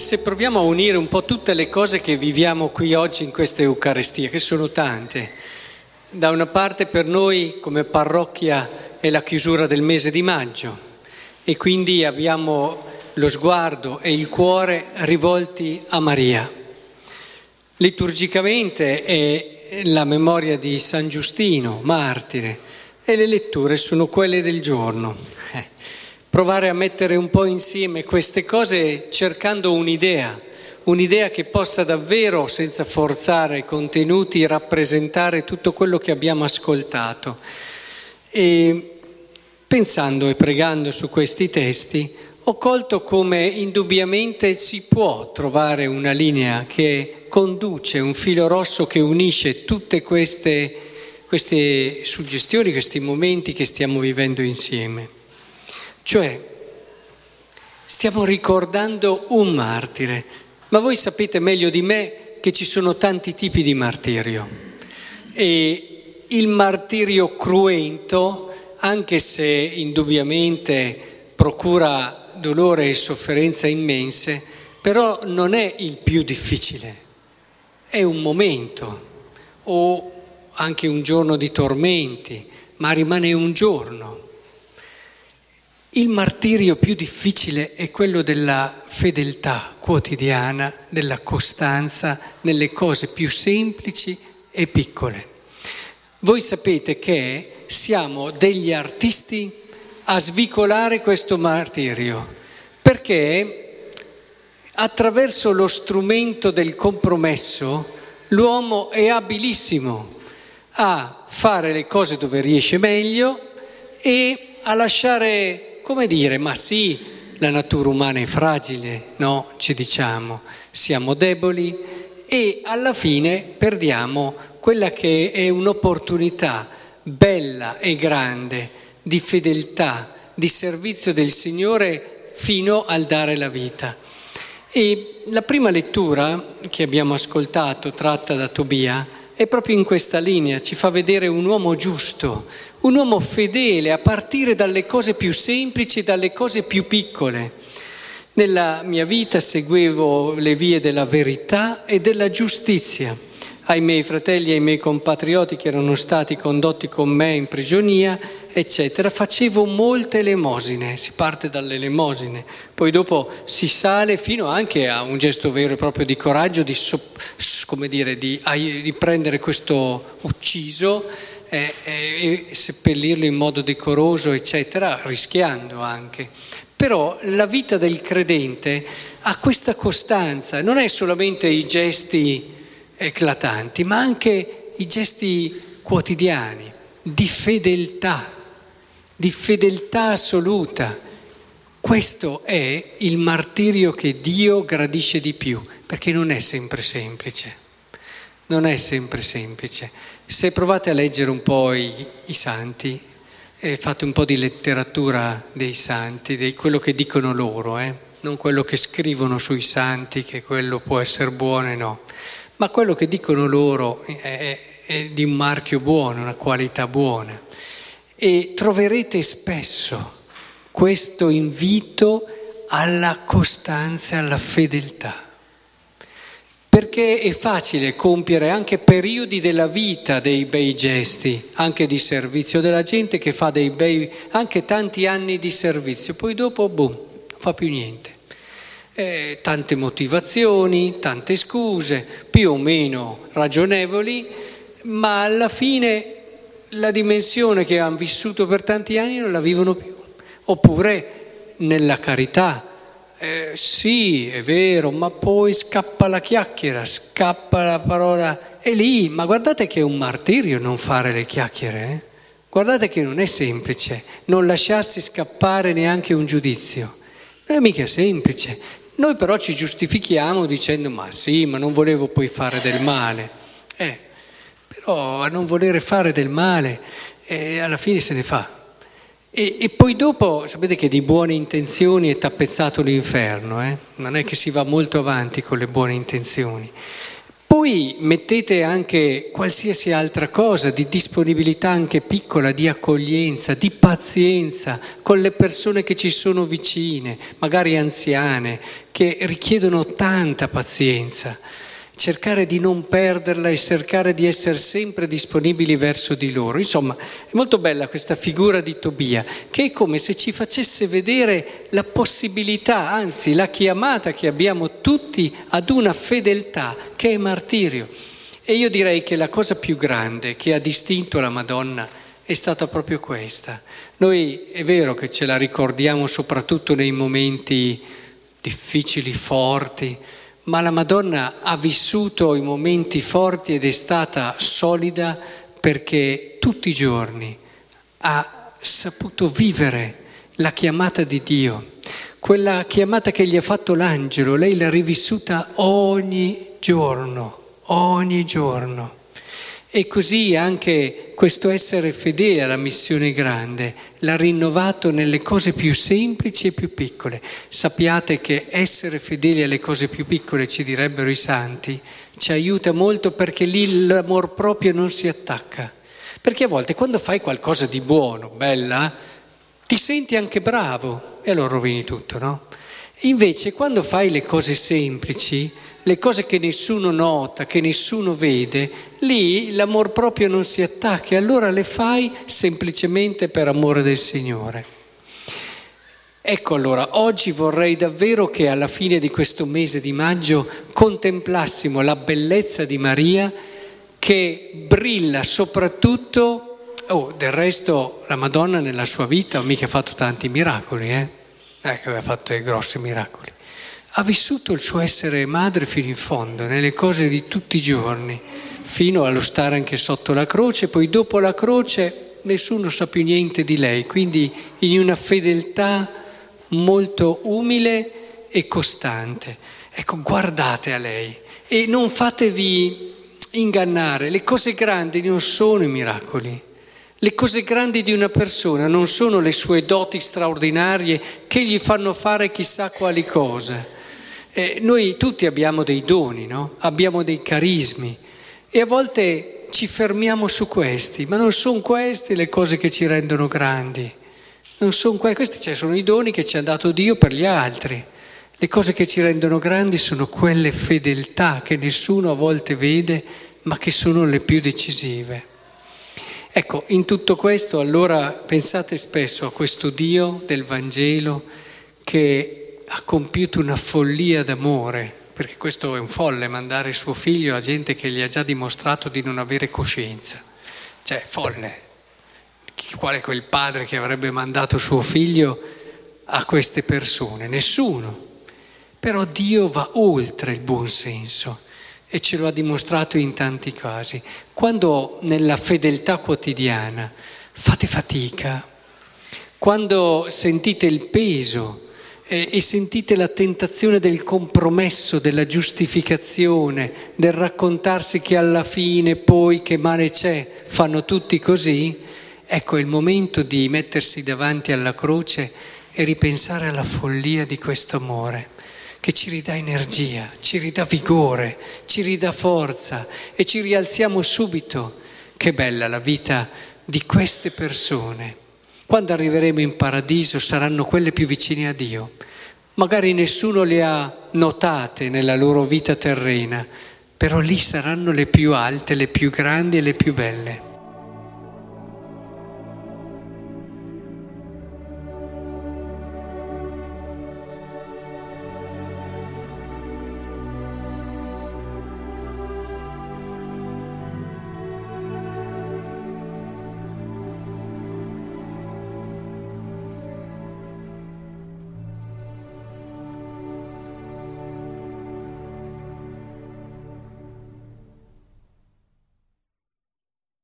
se proviamo a unire un po' tutte le cose che viviamo qui oggi in questa Eucaristia, che sono tante. Da una parte per noi come parrocchia è la chiusura del mese di maggio e quindi abbiamo lo sguardo e il cuore rivolti a Maria. Liturgicamente è la memoria di San Giustino, martire, e le letture sono quelle del giorno. Provare a mettere un po' insieme queste cose cercando un'idea che possa davvero, senza forzare i contenuti, rappresentare tutto quello che abbiamo ascoltato. E pensando e pregando su questi testi, ho colto come indubbiamente si può trovare una linea che conduce, un filo rosso che unisce tutte queste suggestioni, questi momenti che stiamo vivendo insieme. Cioè, stiamo ricordando un martire, ma voi sapete meglio di me che ci sono tanti tipi di martirio. E il martirio cruento, anche se indubbiamente procura dolore e sofferenza immense, però non è il più difficile, è un momento o anche un giorno di tormenti, ma rimane un giorno. Il martirio più difficile è quello della fedeltà quotidiana, della costanza nelle cose più semplici e piccole. Voi sapete che siamo degli artisti a svicolare questo martirio, perché attraverso lo strumento del compromesso l'uomo è abilissimo a fare le cose dove riesce meglio e a lasciare, come dire, ma sì, la natura umana è fragile, no? Ci diciamo, siamo deboli e alla fine perdiamo quella che è un'opportunità bella e grande di fedeltà, di servizio del Signore fino al dare la vita. E la prima lettura che abbiamo ascoltato, tratta da Tobia, è proprio in questa linea, ci fa vedere un uomo giusto, un uomo fedele a partire dalle cose più semplici, dalle cose più piccole. Nella mia vita seguivo le vie della verità e della giustizia. Ai miei fratelli e ai miei compatrioti che erano stati condotti con me in prigionia, eccetera, facevo molte elemosine, si parte dalle elemosine, poi dopo si sale fino anche a un gesto vero e proprio di coraggio, di prendere questo ucciso e seppellirlo in modo decoroso, eccetera, rischiando anche. Però la vita del credente ha questa costanza, non è solamente i gesti eclatanti, ma anche i gesti quotidiani di fedeltà assoluta. Questo è il martirio che Dio gradisce di più, perché non è sempre semplice. Se provate a leggere un po' i santi, fate un po' di letteratura dei santi, di quello che dicono loro, non quello che scrivono sui santi, che quello può essere buono e no. Ma quello che dicono loro è di un marchio buono, una qualità buona. E troverete spesso questo invito alla costanza e alla fedeltà. Perché è facile compiere anche periodi della vita dei bei gesti, anche di servizio della gente che fa anche tanti anni di servizio, poi dopo, boom, non fa più niente. Tante motivazioni, tante scuse, più o meno ragionevoli, ma alla fine la dimensione che hanno vissuto per tanti anni non la vivono più. Oppure nella carità, sì, è vero, ma poi scappa la chiacchiera, scappa la parola, è lì, ma guardate che è un martirio non fare le chiacchiere, Guardate che non è semplice non lasciarsi scappare neanche un giudizio, non è mica semplice. Noi però ci giustifichiamo dicendo ma sì, ma non volevo poi fare del male. Però a non volere fare del male alla fine se ne fa. E poi dopo, sapete che di buone intenzioni è tappezzato l'inferno, non è che si va molto avanti con le buone intenzioni. Poi mettete anche qualsiasi altra cosa di disponibilità anche piccola, di accoglienza, di pazienza con le persone che ci sono vicine, magari anziane, che richiedono tanta pazienza. Cercare di non perderla e cercare di essere sempre disponibili verso di loro. Insomma, è molto bella questa figura di Tobia, che è come se ci facesse vedere la possibilità, anzi la chiamata che abbiamo tutti ad una fedeltà che è martirio. E io direi che la cosa più grande che ha distinto la Madonna è stata proprio questa. Noi è vero che ce la ricordiamo soprattutto nei momenti difficili, forti, ma la Madonna ha vissuto i momenti forti ed è stata solida perché tutti i giorni ha saputo vivere la chiamata di Dio, quella chiamata che gli ha fatto l'angelo, lei l'ha rivissuta ogni giorno, ogni giorno. E così anche questo essere fedele alla missione grande l'ha rinnovato nelle cose più semplici e più piccole. Sappiate che essere fedeli alle cose più piccole, ci direbbero i santi, ci aiuta molto perché lì l'amor proprio non si attacca. Perché a volte quando fai qualcosa di buono, bella, ti senti anche bravo e allora rovini tutto, no? Invece quando fai le cose semplici, le cose che nessuno nota, che nessuno vede, lì l'amor proprio non si attacca e allora le fai semplicemente per amore del Signore. Ecco allora, oggi vorrei davvero che alla fine di questo mese di maggio contemplassimo la bellezza di Maria che brilla soprattutto, del resto la Madonna nella sua vita mica ha fatto tanti miracoli, che aveva fatto dei grossi miracoli. Ha vissuto il suo essere madre fino in fondo, nelle cose di tutti i giorni, fino allo stare anche sotto la croce, poi dopo la croce nessuno sa più niente di lei, quindi in una fedeltà molto umile e costante. Ecco, guardate a lei e non fatevi ingannare, le cose grandi non sono i miracoli. Le cose grandi di una persona non sono le sue doti straordinarie che gli fanno fare chissà quali cose. Noi tutti abbiamo dei doni, no? Abbiamo dei carismi e a volte ci fermiamo su questi, ma non sono queste le cose che ci rendono grandi. Non sono questi sono i doni che ci ha dato Dio per gli altri. Le cose che ci rendono grandi sono quelle fedeltà che nessuno a volte vede, ma che sono le più decisive. Ecco, in tutto questo allora pensate spesso a questo Dio del Vangelo che ha compiuto una follia d'amore, perché questo è un folle, mandare suo figlio a gente che gli ha già dimostrato di non avere coscienza. Cioè, folle. Qual è quel padre che avrebbe mandato suo figlio a queste persone? Nessuno. Però Dio va oltre il buon senso. E ce lo ha dimostrato in tanti casi. Quando nella fedeltà quotidiana fate fatica, quando sentite il peso e sentite la tentazione del compromesso, della giustificazione, del raccontarsi che alla fine poi che male c'è, fanno tutti così, ecco è il momento di mettersi davanti alla croce e ripensare alla follia di questo amore, che ci ridà energia, ci ridà vigore, ci ridà forza e ci rialziamo subito. Che bella la vita di queste persone. Quando arriveremo in paradiso saranno quelle più vicine a Dio. Magari nessuno le ha notate nella loro vita terrena, però lì saranno le più alte, le più grandi e le più belle.